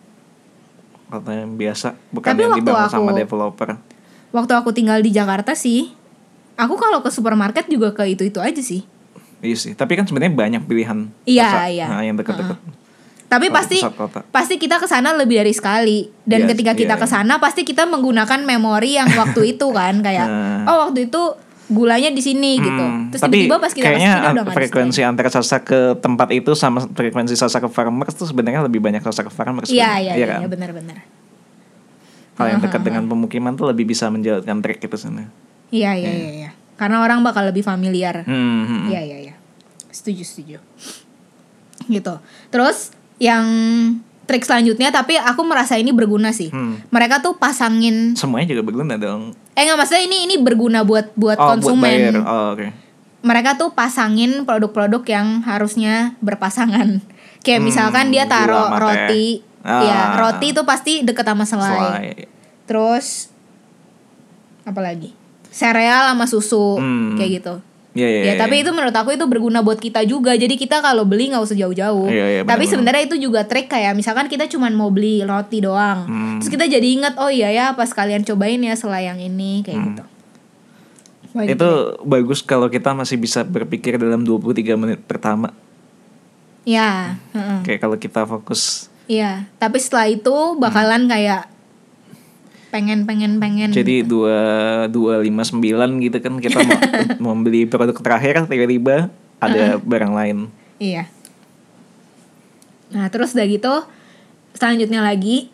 kota yang biasa, bukan tapi yang dibangun sama developer. Waktu aku tinggal di Jakarta sih, aku kalau ke supermarket juga ke itu-itu aja sih. Iya sih. Tapi kan sebenarnya banyak pilihan. Iya rasa, iya. Nah, yang dekat-dekat. Uh-uh. Tapi pasti pasti kita kesana lebih dari sekali dan yes, ketika kita yeah, kesana yeah. pasti kita menggunakan memori yang waktu itu kan kayak nah. oh waktu itu gulanya di sini hmm, gitu. Terus tapi tiba-tiba pas kita kayaknya kesini udah frekuensi antara Sasa ke tempat itu sama frekuensi Sasa ke farmers tuh sebenarnya lebih banyak Sasa ke farmers. Iya iya iya kan? benar-benar. Kalau yang dekat uh-huh. dengan pemukiman tuh lebih bisa menjalankan trik itu sana. Iya iya iya iya. Karena orang bakal lebih familiar. Hmm, iya iya iya. Setuju setuju. Gitu. Terus yang trik selanjutnya, tapi aku merasa ini berguna sih. Hmm. Mereka tuh pasangin. Semuanya juga berguna dong. Eh nggak, maksudnya ini ini berguna buat buat oh, konsumen. Buat oh, oke. Okay. Mereka tuh pasangin produk-produk yang harusnya berpasangan. Kayak hmm, misalkan dia taruh roti, ah. ya roti itu pasti deket sama selai. selai. Terus apa lagi? Sereal sama susu, hmm. kayak gitu. Yeah, yeah, ya, yeah, tapi yeah. itu menurut aku itu berguna buat kita juga. Jadi kita kalau beli nggak usah jauh-jauh. Yeah, yeah, tapi sebenarnya itu juga trik kayak misalkan kita cuma mau beli roti doang, hmm. terus kita jadi ingat oh iya ya pas kalian cobain ya selai yang ini kayak hmm. gitu. Wajib Itu bagus kalau kita masih bisa berpikir dalam dua puluh tiga menit pertama. Ya, heeh. Kayak kalau kita fokus. Iya, tapi setelah itu bakalan Hmm. kayak pengen pengen pengen. Jadi gitu. dua dua lima sembilan gitu kan kita mau membeli produk terakhir tiba-tiba ada barang lain. Iya. Nah, terus udah gitu selanjutnya lagi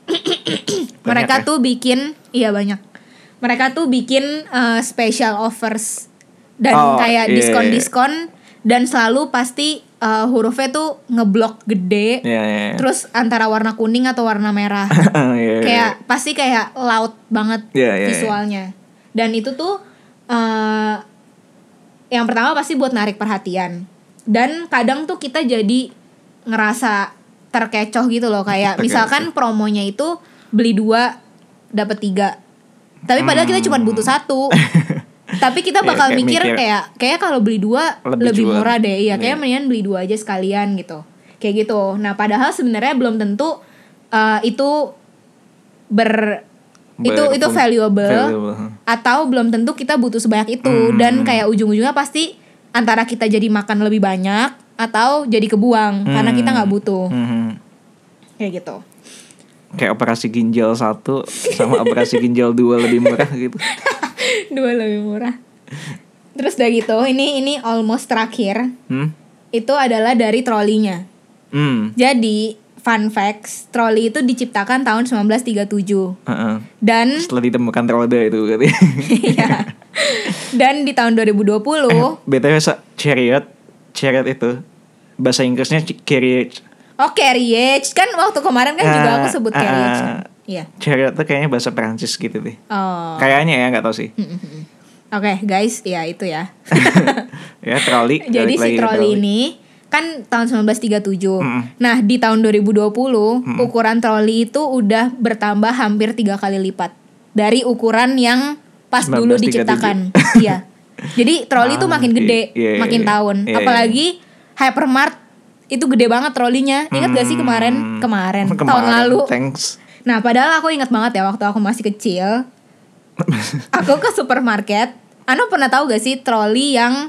mereka ya? tuh bikin iya banyak. Mereka tuh bikin uh, special offers dan Oh, kayak iya. diskon-diskon dan selalu pasti uh, hurufnya tuh ngeblok gede. Iya, iya, iya. Terus antara warna kuning atau warna merah. Iya, iya. Kayak pasti kayak loud banget Iya, iya, iya. visualnya. Dan itu tuh uh, yang pertama pasti buat narik perhatian. Dan kadang tuh kita jadi ngerasa terkecoh gitu loh. Kayak Terkecoh. misalkan promonya itu beli dua dapat tiga. Tapi padahal kita cuma butuh satu. Tapi kita Iya, bakal kayak mikir, mikir, kayak kayak kalau beli dua lebih lebih, cuan. murah deh. Iya, kayak Iya. mendingan beli dua aja sekalian gitu. Kayak gitu. Nah, padahal sebenarnya belum tentu uh, itu ber itu Ber- itu valuable, valuable. atau belum tentu kita butuh sebanyak itu. Hmm. Dan kayak ujung-ujungnya pasti antara kita jadi makan lebih banyak atau jadi kebuang karena Hmm. kita nggak butuh. Mhm. Kayak gitu. Kayak operasi ginjal satu sama operasi ginjal dua lebih murah gitu. Dua lebih murah. Terus udah gitu, ini ini almost terakhir. Hmm? Itu adalah dari trolinya. Hmm. Jadi, fun facts, troli itu diciptakan tahun sembilan belas tiga puluh tujuh. Heeh. Dan Setelah ditemukan roda itu katanya. iya. Dan di tahun dua ribu dua puluh, B T W sa- chariot, chariot itu bahasa Inggrisnya c- carriage. oh carriage, kan waktu kemarin kan juga Ah, aku sebut ah, carriage. ah. Kan? Iya. Chariot tuh kayaknya bahasa Perancis gitu deh. Oh. Kayaknya ya, nggak tahu sih. Oke, guys, ya itu ya. Ya troli. Jadi balik si lagi ke troli ini kan tahun sembilan belas tiga puluh tujuh. Mm-mm. Nah, di tahun dua ribu dua puluh, ukuran troli itu udah bertambah hampir tiga kali lipat dari ukuran yang pas dulu sembilan belas tiga puluh tujuh. diciptakan. Iya. Jadi troli itu Ah, makin gede, iya, iya, makin iya. tahun. Iya, iya. Apalagi Hypermart itu gede banget trolinya. Ingat gak sih kemarin? Kemarin, tahun Kemarin, lalu. Thanks. Nah, padahal aku ingat banget ya waktu aku masih kecil. Aku ke supermarket. Anu pernah tahu gak sih troli yang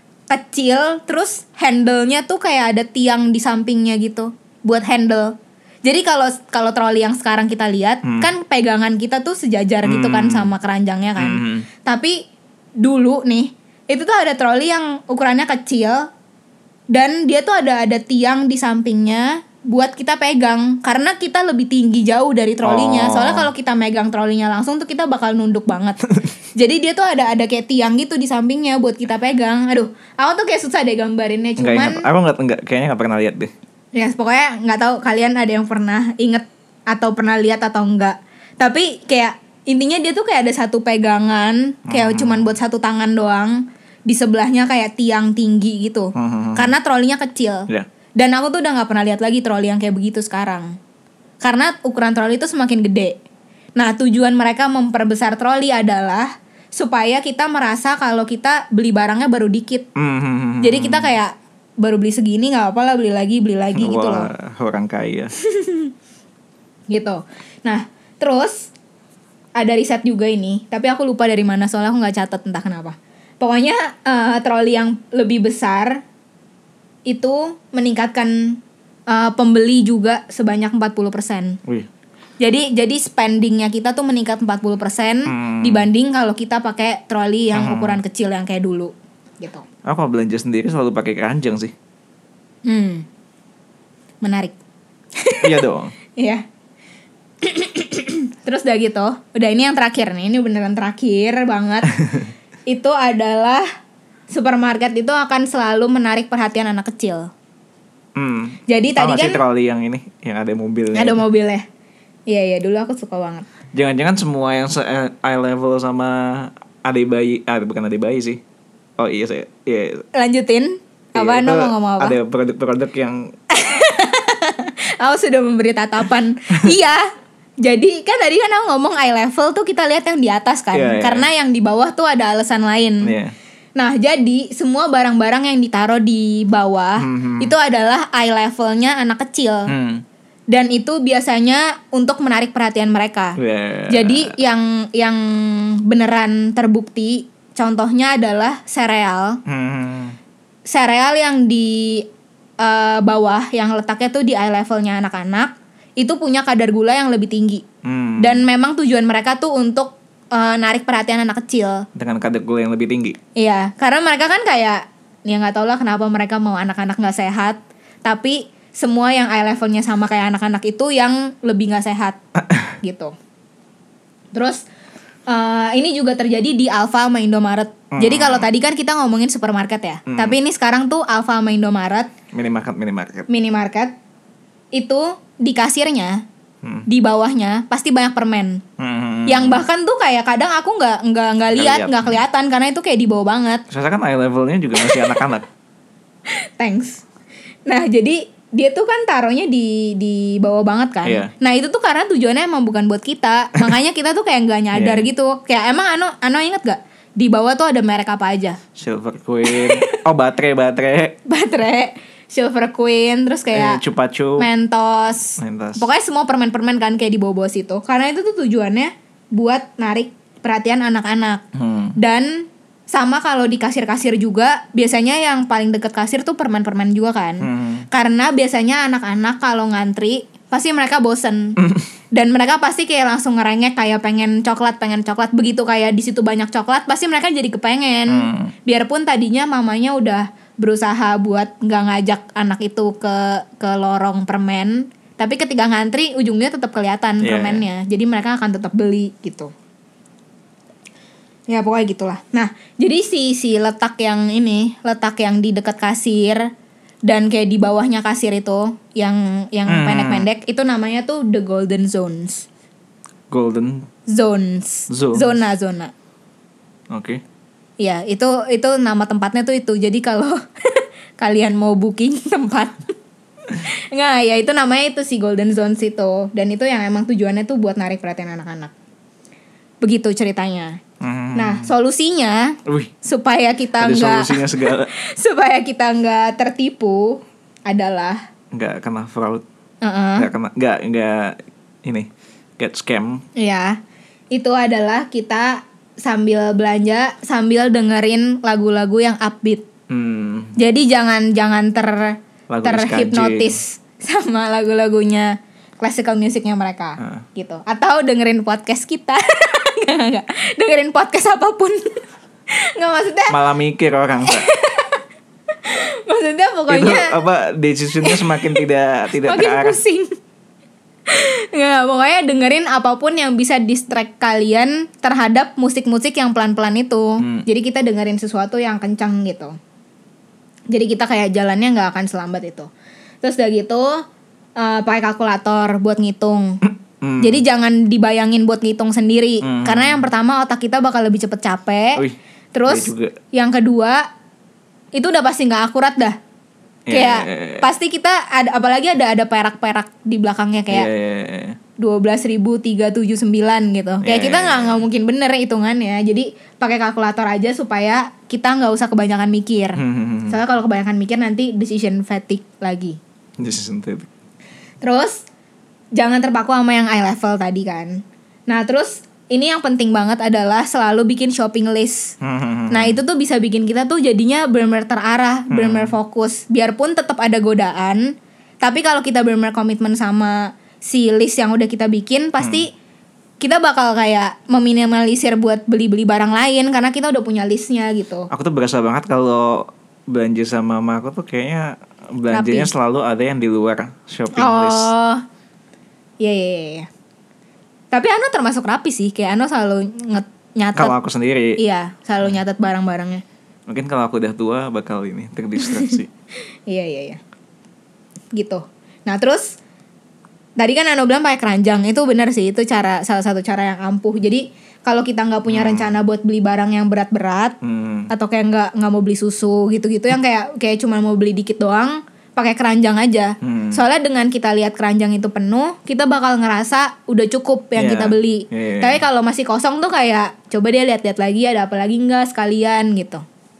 kecil, terus handle-nya tuh kayak ada tiang di sampingnya gitu buat handle. Jadi kalau kalau troli yang sekarang kita lihat, Hmm. kan pegangan kita tuh sejajar gitu kan sama keranjangnya kan. Hmm. Tapi dulu nih, itu tuh ada troli yang ukurannya kecil dan dia tuh ada ada tiang di sampingnya buat kita pegang karena kita lebih tinggi jauh dari trolinya. Oh. Soalnya kalau kita megang trolinya langsung tuh kita bakal nunduk banget. Jadi dia tuh ada ada kayak tiang gitu di sampingnya buat kita pegang. Aduh, aku tuh kayak susah deh gambarinnya. Nggak Cuman ingat. Aku nggak nggak kayaknya nggak pernah lihat deh. ya pokoknya nggak tahu kalian ada yang pernah inget atau pernah lihat atau enggak. Tapi kayak intinya dia tuh kayak ada satu pegangan kayak cuman buat satu tangan doang. Di sebelahnya kayak tiang tinggi gitu. Hmm. Karena trolinya kecil. Ya. Dan aku tuh udah nggak pernah lihat lagi troli yang kayak begitu sekarang. Karena ukuran troli itu semakin gede. Nah, tujuan mereka memperbesar troli adalah supaya kita merasa kalau kita beli barangnya baru dikit. Hmm. Jadi kita kayak baru beli segini nggak apa-apa lah, beli lagi beli lagi gitu loh. Wah, orang kaya. Gitu. Nah, terus ada riset juga ini, tapi aku lupa dari mana soalnya aku nggak catat entah kenapa. Pokoknya eh, troli yang lebih besar itu meningkatkan eh, pembeli juga sebanyak empat puluh persen. Wih. Jadi jadi spendingnya kita tuh meningkat empat puluh persen Hmm. dibanding kalau kita pakai troli yang ukuran kecil yang kayak dulu gitu. Aku kalau belanja sendiri selalu pakai keranjang sih. Hmm. Menarik. Iya dong. Iya. Terus udah gitu, udah ini yang terakhir nih, ini beneran terakhir banget. Itu adalah supermarket itu akan selalu menarik perhatian anak kecil. Hmm. Jadi Tau tadi nggak kan sih troli yang ini yang ada mobilnya. ada itu? mobilnya. Iya iya dulu aku suka banget. Jangan-jangan semua yang se eye level sama adik bayi, ah bukan adik bayi sih. Oh iya saya, iya. Lanjutin. Apa Iya, Anda itu mau ngomong apa? Ada produk-produk yang Aku sudah memberi tatapan. Iya. Jadi kan tadi kan aku ngomong eye level tuh kita lihat yang di atas kan. Iya, iya. Karena yang di bawah tuh ada alasan lain. Iya. Nah, jadi semua barang-barang yang ditaruh di bawah Mhm. itu adalah eye levelnya anak kecil. hmm. Dan itu biasanya untuk menarik perhatian mereka. Yeah. Jadi yang yang beneran terbukti contohnya adalah sereal. Hmm. Sereal yang di uh, bawah, yang letaknya tuh di eye levelnya anak-anak, itu punya kadar gula yang lebih tinggi. Hmm. Dan memang tujuan mereka tuh untuk uh, narik perhatian anak kecil. Dengan kadar gula yang lebih tinggi. Iya, karena mereka kan kayak, ya nggak tau lah kenapa mereka mau anak-anak nggak sehat, tapi semua yang eye levelnya sama kayak anak-anak itu yang lebih nggak sehat, gitu. Terus uh, ini juga terjadi di Alfa sama Indomaret. Hmm. Jadi kalau tadi kan kita ngomongin supermarket ya, hmm. tapi ini sekarang tuh Alfa sama Indomaret, minimarket, minimarket, minimarket itu di kasirnya, hmm. di bawahnya pasti banyak permen, hmm. yang bahkan tuh kayak kadang aku nggak nggak nggak lihat, nggak kelihatan karena itu kayak di bawah banget. Soalnya kan eye levelnya juga masih anak-anak. Thanks. Nah jadi dia tuh kan taruhnya di di bawah banget kan. Yeah. Nah itu tuh karena tujuannya emang bukan buat kita, makanya kita tuh kayak nggak nyadar yeah. gitu. Kayak emang Ano Ano inget gak di bawah tuh ada merek apa aja? Silver Queen. Oh baterai baterai. Baterai. Silver Queen, terus kayak eh, Chupa Chup, Mentos. Mentos. Pokoknya semua permen-permen kan kayak di bawah-bawah situ. Karena itu tuh tujuannya buat narik perhatian anak-anak. Hmm. Dan sama kalau di kasir-kasir juga, biasanya yang paling deket kasir tuh permen-permen juga kan. Hmm. Karena biasanya anak-anak kalau ngantri pasti mereka bosen. Dan mereka pasti kayak langsung ngerengek kayak pengen coklat, pengen coklat. Begitu kayak di situ banyak coklat, pasti mereka jadi kepengen. Hmm. Biarpun tadinya mamanya udah berusaha buat nggak ngajak anak itu ke ke lorong permen, tapi ketika ngantri ujungnya tetap kelihatan yeah. permennya, jadi mereka akan tetap beli gitu. Ya pokoknya gitulah. Nah jadi si si letak yang ini, letak yang di dekat kasir dan kayak di bawahnya kasir itu, yang yang hmm. pendek-pendek itu namanya tuh the golden zones. Golden zones. Zones. Zona zona. Oke. Okay. Ya itu itu nama tempatnya tuh itu. Jadi kalau kalian mau booking tempat, nggak ya itu namanya itu si Golden Zones itu. Dan itu yang emang tujuannya tuh buat narik perhatian anak-anak. Begitu ceritanya. Hmm. Nah solusinya Wih, supaya kita nggak supaya kita nggak tertipu adalah nggak kena fraud, uh-uh. nggak kena nggak nggak ini get scam. Ya itu adalah kita sambil belanja sambil dengerin lagu-lagu yang upbeat. Hmm. Jadi jangan jangan ter lagu terhipnotis sama lagu-lagunya classical musicnya mereka, uh. gitu. Atau dengerin podcast kita, nggak nggak dengerin podcast apapun. Nggak maksudnya. Malah mikir orang. Maksudnya pokoknya. Itu apa decisionnya semakin tidak tidak makin terarah. Pusing. Nggak, pokoknya dengerin apapun yang bisa distract kalian terhadap musik-musik yang pelan-pelan itu. Hmm. Jadi kita dengerin sesuatu yang kencang gitu. Jadi kita kayak jalannya nggak akan selambat itu. Terus udah gitu uh, pakai kalkulator buat ngitung. Hmm. Jadi jangan dibayangin buat ngitung sendiri. Hmm. Karena yang pertama otak kita bakal lebih cepet capek. Uih, terus yang kedua itu udah pasti nggak akurat dah. Kayak yeah. pasti kita ada, apalagi ada ada perak-perak di belakangnya kayak dua belas ribu tiga ratus tujuh puluh sembilan gitu. Kayak yeah. kita nggak nggak mungkin bener hitungannya. Jadi pakai kalkulator aja supaya kita nggak usah kebanyakan mikir. Soalnya kalau kebanyakan mikir nanti decision fatigue lagi. Decision fatigue. Terus jangan terpaku sama yang eye level tadi kan. Nah terus ini yang penting banget adalah selalu bikin shopping list. Hmm. Nah itu tuh bisa bikin kita tuh jadinya benar-benar terarah, hmm. benar-benar fokus. Biarpun tetap ada godaan, tapi kalau kita benar-benar komitmen sama si list yang udah kita bikin, pasti hmm. kita bakal kayak meminimalisir buat beli-beli barang lain karena kita udah punya listnya gitu. Aku tuh berasa banget kalau belanja sama mama aku tuh kayaknya belanjanya Rapi. Selalu ada yang di luar shopping oh. list. Oh, iya iya iya. Tapi Ano termasuk rapi sih, kayak Ano selalu nyatet. Kalau aku sendiri. Iya, selalu nyatet barang-barangnya. Mungkin kalau aku udah tua bakal ini terdistraksi. Iya iya iya. Gitu. Nah terus tadi kan Ano bilang pakai keranjang, itu benar sih, itu cara salah satu cara yang ampuh. Jadi kalau kita nggak punya hmm. rencana buat beli barang yang berat-berat, hmm. atau kayak nggak nggak mau beli susu gitu-gitu yang kayak kayak cuma mau beli dikit doang, pakai keranjang aja. Hmm. Soalnya dengan kita lihat keranjang itu penuh, kita bakal ngerasa udah cukup yang yeah. kita beli. Yeah. Tapi kalau masih kosong tuh kayak coba dia lihat-lihat lagi ada apa lagi enggak sekalian gitu.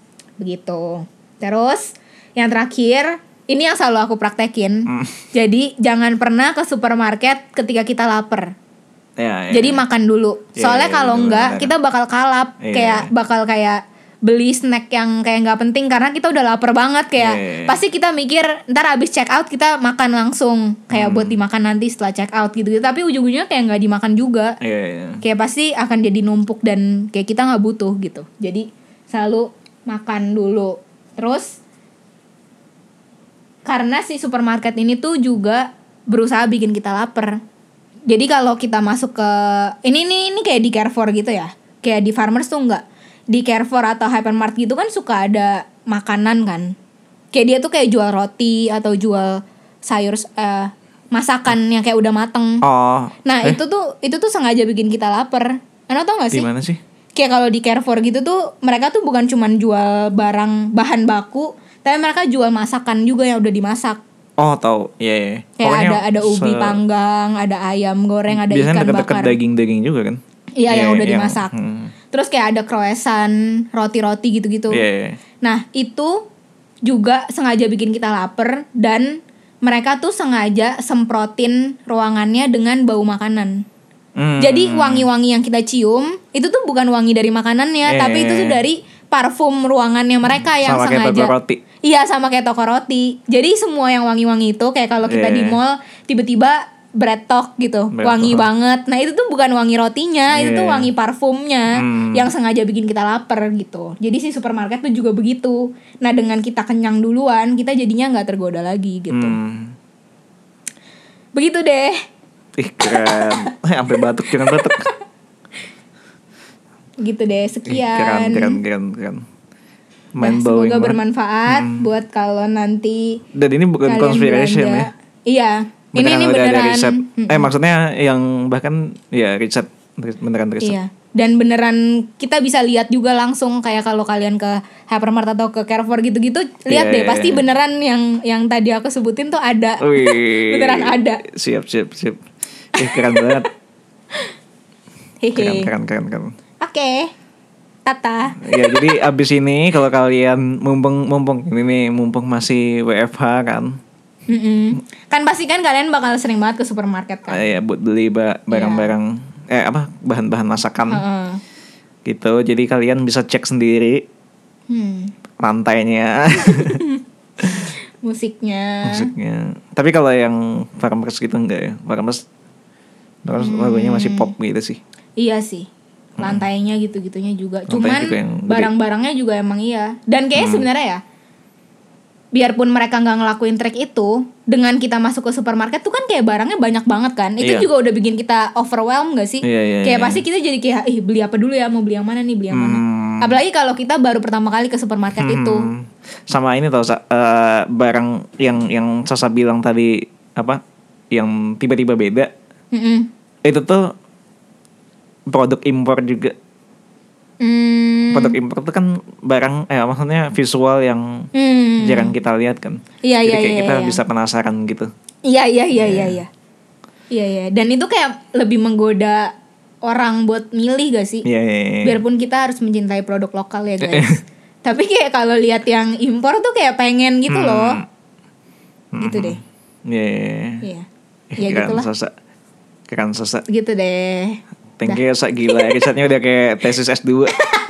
Begitu. Terus yang terakhir, ini yang selalu aku praktekin. Hmm. Jadi jangan pernah ke supermarket ketika kita lapar. Ya, ya, Jadi ya. makan dulu. Ya, Soalnya ya, kalau bener, enggak bener. kita bakal kalap, Ya, kayak ya. bakal kayak beli snack yang kayak nggak penting karena kita udah lapar banget kayak Ya, ya, ya. pasti kita mikir ntar abis check out kita makan langsung kayak Hmm. buat dimakan nanti setelah check out gitu, -gitu. Tapi ujung-ujungnya kayak nggak dimakan juga. Iya, iya. Kayak pasti akan jadi numpuk dan kayak kita nggak butuh gitu. Jadi selalu makan dulu. Terus karena si supermarket ini tuh juga berusaha bikin kita lapar. Jadi kalau kita masuk ke ini nih ini kayak di Carrefour gitu ya. Kayak di Farmers tuh enggak. Di Carrefour atau Hypermart gitu kan suka ada makanan kan. Kayak dia tuh kayak jual roti atau jual sayur eh, masakan yang kayak udah mateng. Oh. Nah, eh, itu tuh itu tuh sengaja bikin kita lapar. Anda tau gak sih? Di mana sih? Kayak kalau di Carrefour gitu tuh mereka tuh bukan cuman jual barang bahan baku, tapi mereka jual masakan juga yang udah dimasak. Oh, tahu. Iya, iya. Kayak Pokoknya ada ada ubi se- panggang, ada ayam goreng, ada biasanya ikan deket-deket bakar. daging-daging juga kan? Iya, yang udah dimasak. hmm. Terus kayak ada croissant, roti-roti gitu-gitu. Iya, iya. Nah, itu juga sengaja bikin kita lapar dan mereka tuh sengaja semprotin ruangannya dengan bau makanan. Hmm. Jadi wangi-wangi yang kita cium itu tuh bukan wangi dari makanannya, Eh. tapi itu tuh dari parfum ruangannya mereka yang Sama kayak sengaja. toko roti. Iya, sama kayak toko roti. Jadi semua yang wangi-wangi itu kayak kalau kita Eh. di mall tiba-tiba bread talk gitu, Bread wangi talk. banget. Nah, itu tuh bukan wangi rotinya, itu tuh Eh. wangi parfumnya Hmm. yang sengaja bikin kita lapar gitu. Jadi si supermarket tuh juga begitu. Nah, dengan kita kenyang duluan, kita jadinya nggak tergoda lagi gitu. Hmm. Begitu deh. Ih, keren. Eh, sampai batuk, jangan batuk. Gitu deh, Ih, sekian. keren, keren, keren, keren. Nah, Mind semoga blowing banget. bermanfaat Hmm. buat kalau nanti Dan ini bukan kalian conspiration belanja. ya. Iya, ini Beneran ini udah beneran. ada riset. Mm-mm. Eh, maksudnya yang bahkan ya riset, beneran riset. Iya. Dan beneran kita bisa lihat juga langsung kayak kalau kalian ke Hypermart atau ke Carrefour gitu-gitu, lihat Iya, deh iya, pasti iya. beneran yang yang tadi aku sebutin tuh ada. Wih. Beneran ada. Siap, siap, siap. Eh, keren banget. Hehe. Keren, keren, keren, keren. Oke. Tata. Ya, jadi abis ini kalau kalian mumpung mumpung ini nih mumpung masih W F H kan, Mm-mm. Kan pasti kan kalian bakal sering banget ke supermarket kan. eh, ya buat beli ba- barang-barang eh apa bahan-bahan masakan Heeh. gitu. Jadi kalian bisa cek sendiri Hmm. lantainya, Musiknya. musiknya. Tapi kalau yang Farmers gitu enggak ya, Farmers terus Hmm. lagunya masih pop gitu sih. Iya sih. Lantainya gitu-gitunya juga. Lantainya Cuman juga yang gede. barang-barangnya juga emang iya. Dan kayaknya Hmm. sebenarnya ya, biarpun mereka nggak ngelakuin trik itu, dengan kita masuk ke supermarket tuh kan kayak barangnya banyak banget kan. Itu Iya. juga udah bikin kita overwhelm gak sih? Iya, iya, kayak iya. pasti kita jadi kayak, ih beli apa dulu ya, mau beli yang mana nih, beli yang mana. Hmm. Apalagi kalau kita baru pertama kali ke supermarket itu. Hmm. Sama ini tau Sa, eh, barang yang yang Sasa bilang tadi apa? Yang tiba-tiba beda. Mm-mm. Itu tuh produk impor juga. Hmm. Produk impor tuh kan barang eh maksudnya visual yang Hmm. jarang kita lihat kan. Iya, Jadi iya, kayak iya, kita iya. bisa penasaran gitu. Iya iya iya iya iya. Iya iya. Dan itu kayak lebih menggoda orang buat milih gak sih? Iya, iya, iya. Biarpun kita harus mencintai produk lokal ya guys. Tapi kayak kalau lihat yang impor tuh kayak pengen gitu Hmm. loh. Hmm. Gitu deh. Iya, iya, iya. Iya. Eh, Ya keren gitulah. Sasa. Keren Sasa. Gitu deh. Thank you Sasa, gila. Risetnya udah kayak tesis S dua.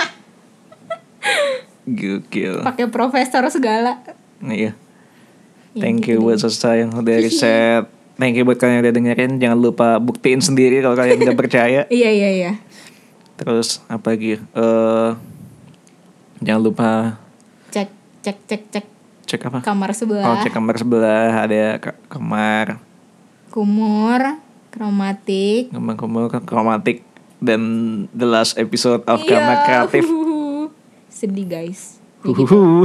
Gokil. Pakai profesor segala. Iya. Ya, Thank gitu you buat deh. Sasa yang udah riset. Thank you buat kalian yang udah dengerin. Jangan lupa buktiin sendiri kalau kalian gak percaya. Iya iya iya. Terus apa lagi? Eh jangan lupa Cek cek cek cek cek apa? kamar sebelah. Oh, cek kamar sebelah. Ada ka- kamar, Kumur, kromatik. kamar-kamar kromatik dan the last episode of Iya. Kamar Kreatif. Sedih guys. Ya gitu. Huhuhu.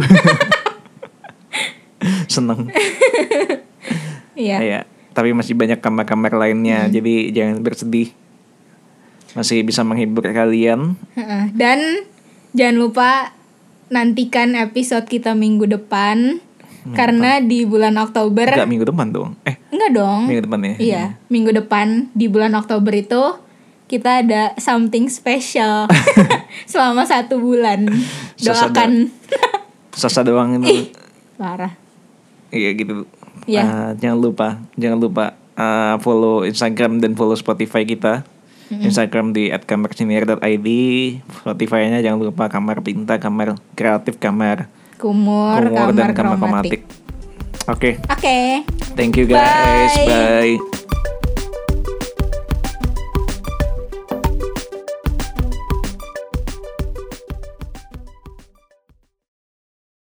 Seneng. Iya. Iya. Tapi masih banyak kamar-kamar lainnya. Jadi jangan bersedih. Masih bisa menghibur kalian. Heeh. Dan jangan lupa nantikan episode kita minggu depan. Karena di bulan Oktober Enggak minggu depan dong. Eh, enggak dong. minggu depan ya. Iya, minggu depan di bulan Oktober itu kita ada something special selama satu bulan. Sasa Doakan. Sasa doang Ih, itu. parah. Iya gitu. Iya. Ah, jangan lupa, jangan lupa ah, follow Instagram dan follow Spotify kita. Instagram di at kamarsinyir dot i d, Spotify-nya jangan lupa Kamar Pinta, Kamar Kreatif, Kamar Kumur, Kumur kamar dan Kamar kromatik. Kromatik. Oke. Oke. Thank you guys. Bye. Bye.